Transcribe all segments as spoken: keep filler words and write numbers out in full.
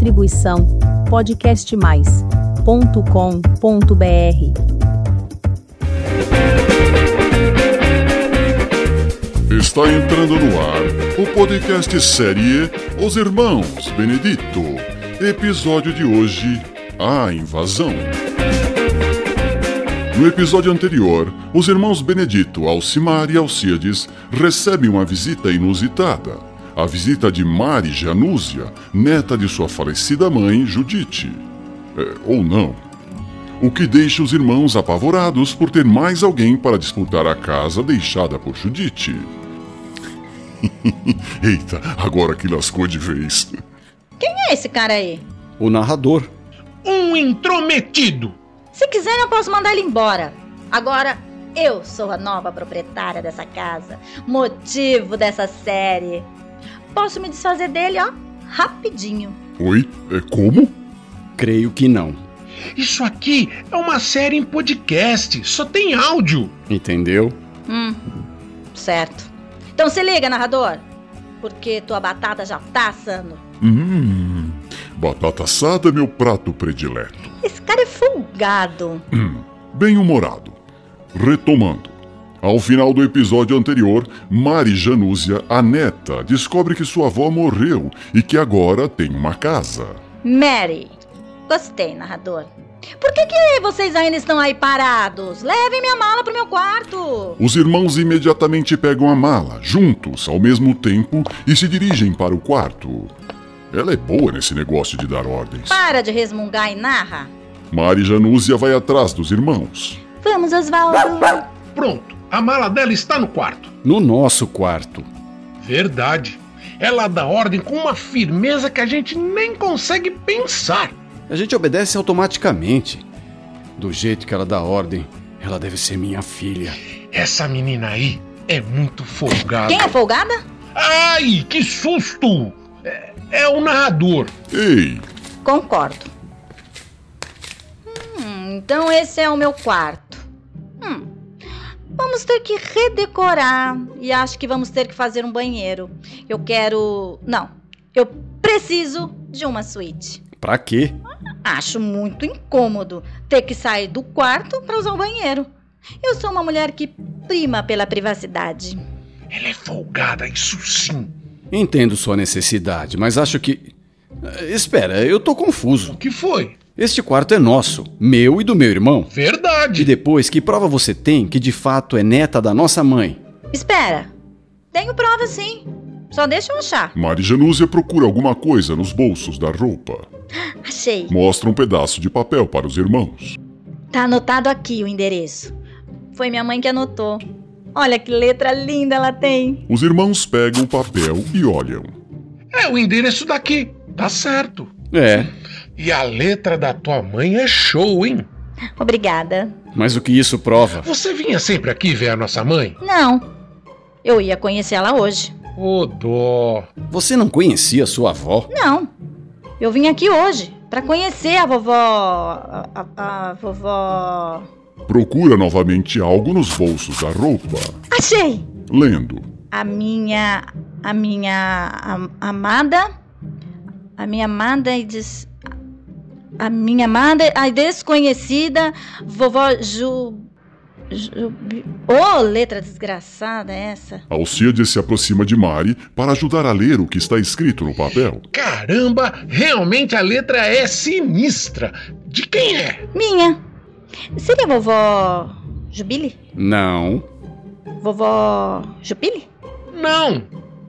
Distribuição podcast mais ponto com ponto b r. Está entrando no ar o podcast série Os Irmãos Benedito. Episódio de hoje, A Invasão. No episódio anterior, os irmãos Benedito, Alcimar e Alcíades recebem uma visita inusitada. A visita de Mari Janúzia, neta de sua falecida mãe, Judite. É, ou não. O que deixa os irmãos apavorados por ter mais alguém para disputar a casa deixada por Judite. Eita, agora que lascou de vez. Quem é esse cara aí? O narrador. Um intrometido. Se quiser eu posso mandar ele embora. Agora eu sou a nova proprietária dessa casa, motivo dessa série. Posso me desfazer dele, ó, rapidinho. Oi? É como? Creio que não. Isso aqui é uma série em podcast, só tem áudio. Entendeu? Hum, certo. Então se liga, narrador, porque tua batata já tá assando. Hum, batata assada é meu prato predileto. Esse cara é folgado. Hum, bem-humorado. Retomando. Ao final do episódio anterior, Mari Janúzia, a neta, descobre que sua avó morreu e que agora tem uma casa. Mary, gostei, narrador. Por que que vocês ainda estão aí parados? Levem minha mala pro meu quarto. Os irmãos imediatamente pegam a mala, juntos, ao mesmo tempo, e se dirigem para o quarto. Ela é boa nesse negócio de dar ordens. Para de resmungar e narra. Mari Janúzia vai atrás dos irmãos. Vamos, Osvaldo. Pronto, a mala dela está no quarto. No nosso quarto. Verdade. Ela dá ordem com uma firmeza que a gente nem consegue pensar. A gente obedece automaticamente. Do jeito que ela dá ordem, ela deve ser minha filha. Essa menina aí é muito folgada. Quem é folgada? Ai, que susto! É, é o narrador. Ei! Concordo. Hum, então esse é o meu quarto. Hum, vamos ter que redecorar e acho que vamos ter que fazer um banheiro. Eu quero... Não, eu preciso de uma suíte. Pra quê? Acho muito incômodo ter que sair do quarto para usar o banheiro. Eu sou uma mulher que prima pela privacidade. Ela é folgada, isso sim. Entendo sua necessidade, mas acho que... Espera, eu tô confuso. O que foi? Este quarto é nosso, meu e do meu irmão. Verdade. E depois, que prova você tem que de fato é neta da nossa mãe? Espera, tenho prova sim. Só deixa eu achar. Mari Janúzia procura alguma coisa nos bolsos da roupa. Achei. Mostra um pedaço de papel para os irmãos. Tá anotado aqui o endereço. Foi minha mãe que anotou. Olha que letra linda ela tem. Os irmãos pegam o papel e olham. É o endereço daqui, tá certo. É. E a letra da tua mãe é show, hein? Obrigada. Mas o que isso prova? Você vinha sempre aqui ver a nossa mãe? Não, eu ia conhecer ela hoje. Ô, dó. Você não conhecia sua avó? Não, eu vim aqui hoje pra conhecer a vovó... A, a, a vovó... Procura novamente algo nos bolsos da roupa. Achei! Lendo. A minha... A minha... am- amada... A minha amada e des... A minha amada e desconhecida vovó Ju... Ju... Oh, letra desgraçada essa. Alcíades se aproxima de Mari para ajudar a ler o que está escrito no papel. Caramba, realmente a letra é sinistra. De quem é? Minha. Seria a vovó Jubile? Não. Vovó Jupile? Não.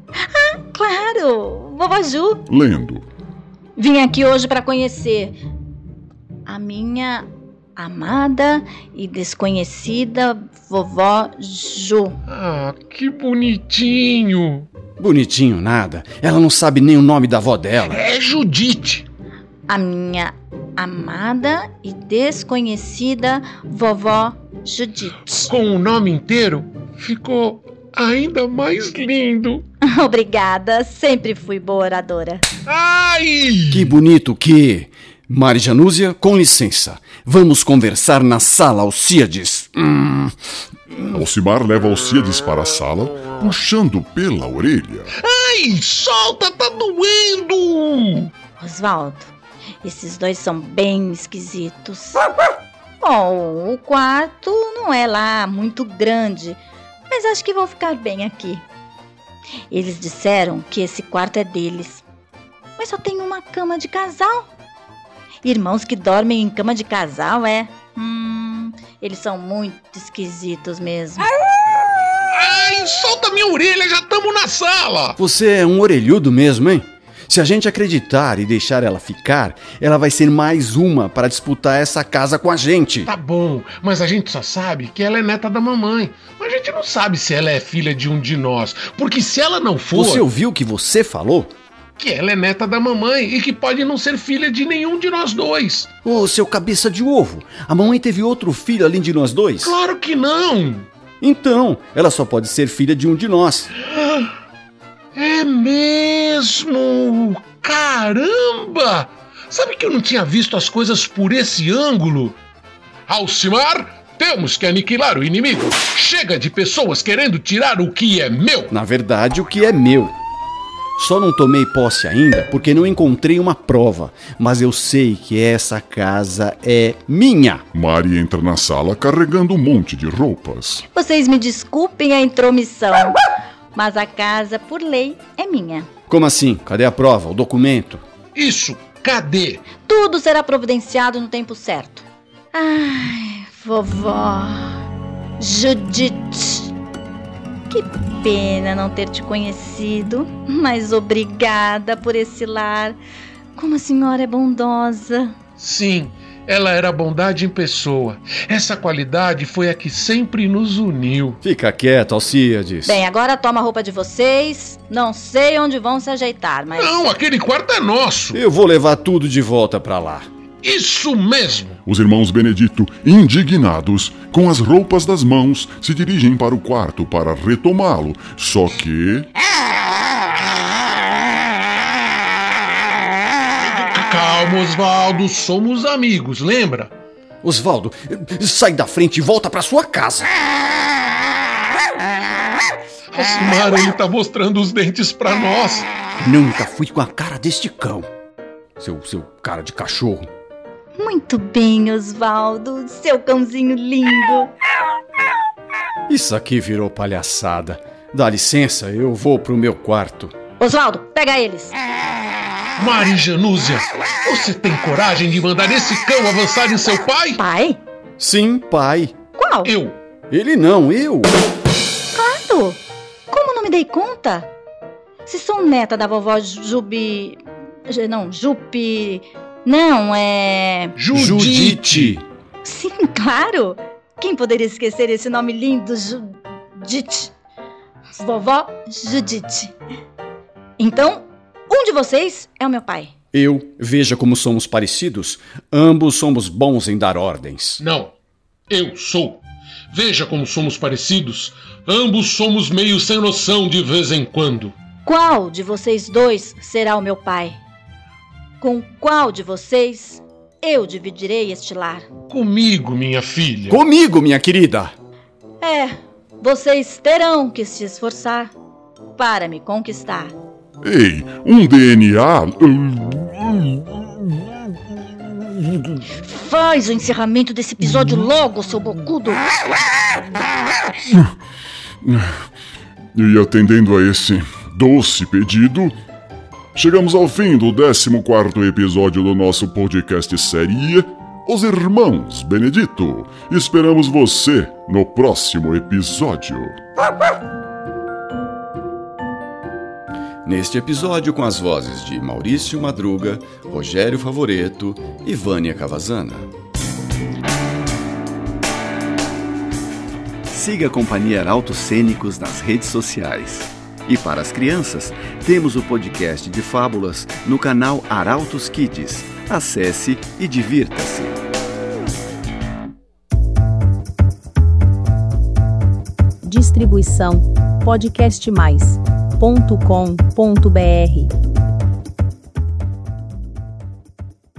Claro, vovó Ju. Lendo. Vim aqui hoje para conhecer a minha amada e desconhecida vovó Ju. Ah, que bonitinho. Bonitinho nada. Ela não sabe nem o nome da avó dela. É Judite. A minha amada e desconhecida vovó Judite. Com o nome inteiro, ficou ainda mais lindo. Obrigada, sempre fui boa oradora. Ai! Que bonito que... Mari Janúzia, com licença. Vamos conversar na sala, Alcíades. Hum... Alcimar leva Alcíades para a sala, puxando pela orelha. Ai, solta, tá doendo! Osvaldo, esses dois são bem esquisitos. Bom, o quarto não é lá muito grande, mas acho que vou ficar bem aqui. Eles disseram que esse quarto é deles, mas só tem uma cama de casal. Irmãos que dormem em cama de casal, é? Hum, eles são muito esquisitos mesmo. Ai, solta minha orelha, já estamos na sala! Você é um orelhudo mesmo, hein? Se a gente acreditar e deixar ela ficar, ela vai ser mais uma para disputar essa casa com a gente. Tá bom, mas a gente só sabe que ela é neta da mamãe. Mas a gente não sabe se ela é filha de um de nós. Porque se ela não for... Você ouviu o que você falou? Que ela é neta da mamãe e que pode não ser filha de nenhum de nós dois. Ô, seu cabeça de ovo, a mamãe teve outro filho além de nós dois? Claro que não! Então, ela só pode ser filha de um de nós. É mesmo! Caramba! Sabe que eu não tinha visto as coisas por esse ângulo? Alcimar, temos que aniquilar o inimigo. Chega de pessoas querendo tirar o que é meu. Na verdade, o que é meu. Só não tomei posse ainda porque não encontrei uma prova, mas eu sei que essa casa é minha. Mari entra na sala carregando um monte de roupas. Vocês me desculpem a intromissão, mas a casa, por lei, é minha. Como assim? Cadê a prova, o documento? Isso, cadê? Tudo será providenciado no tempo certo. Ai, vovó Judite. Que pena não ter te conhecido, mas obrigada por esse lar. Como a senhora é bondosa. Sim, ela era bondade em pessoa. Essa qualidade foi a que sempre nos uniu. Fica quieto, Alcíades. Bem, agora toma a roupa de vocês. Não sei onde vão se ajeitar, mas... Não, aquele quarto é nosso. Eu vou levar tudo de volta pra lá. Isso mesmo! Os irmãos Benedito, indignados, com as roupas das mãos, se dirigem para o quarto para retomá-lo. Só que... Calma, Osvaldo, somos amigos, lembra? Osvaldo, sai da frente e volta pra sua casa. Alcimar, ele tá mostrando os dentes pra nós. Nunca fui com a cara deste cão. Seu, seu cara de cachorro. Muito bem, Osvaldo, seu cãozinho lindo. Isso aqui virou palhaçada. Dá licença, eu vou pro meu quarto. Osvaldo, pega eles. Mari Janúzia, você tem coragem de mandar esse cão avançar em seu pai? Pai? Sim, pai. Qual? Eu. Ele não, eu. Claro! Como não me dei conta? Se sou neta da vovó Jubi... Não, Jupi... Não, é... Judite. Sim, claro. Quem poderia esquecer esse nome lindo, Judite? Vovó Judite. Então, um de vocês é o meu pai. Eu, veja como somos parecidos. Ambos somos bons em dar ordens. Não, eu sou. Veja como somos parecidos. Ambos somos meio sem noção de vez em quando. Qual de vocês dois será o meu pai? Com qual de vocês eu dividirei este lar? Comigo, minha filha. Comigo, minha querida. É, vocês terão que se esforçar para me conquistar. Ei, um D N A... Faz o encerramento desse episódio logo, seu bocudo. E atendendo a esse doce pedido, chegamos ao fim do décimo quarto episódio do nosso podcast série Os Irmãos Benedito. Esperamos você no próximo episódio. Neste episódio, com as vozes de Maurício Madruga, Rogério Favoreto e Vânia Cavazana. Siga a Companhia Arautos Cênicos nas redes sociais. E para as crianças, temos o podcast de fábulas no canal Arautos Kids. Acesse e divirta-se. Distribuição podcast mais ponto com ponto br